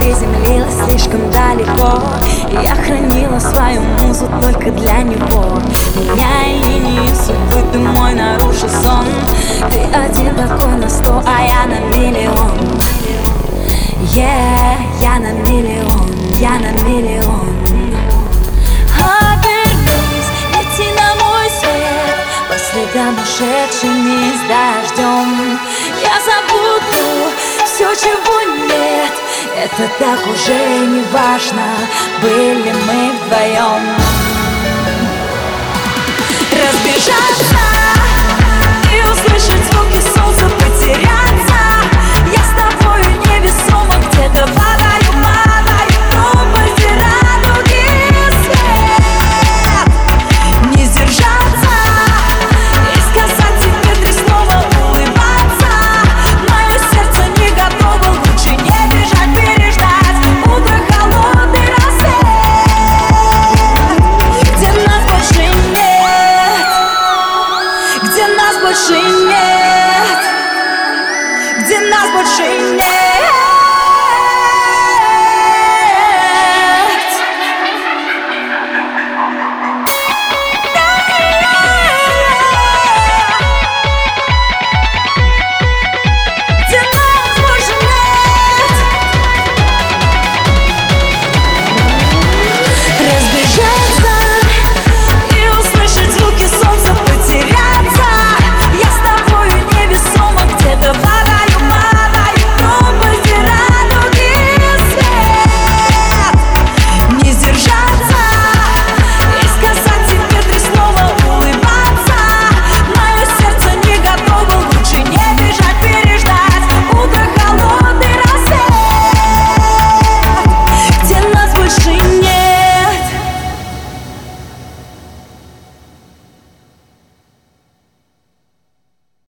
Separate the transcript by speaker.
Speaker 1: приземлилась слишком далеко, и я хранила свою музу только для него. Меняя линии судьбы, ты мой нарушил сон. Ты один такой на 100, а я на миллион. Я на миллион, я на миллион. Обернись, лети на мой свет, по следам ушедшими с дождем. Я забуду все, чего нет, это так уже не важно. Были мы вдвоем.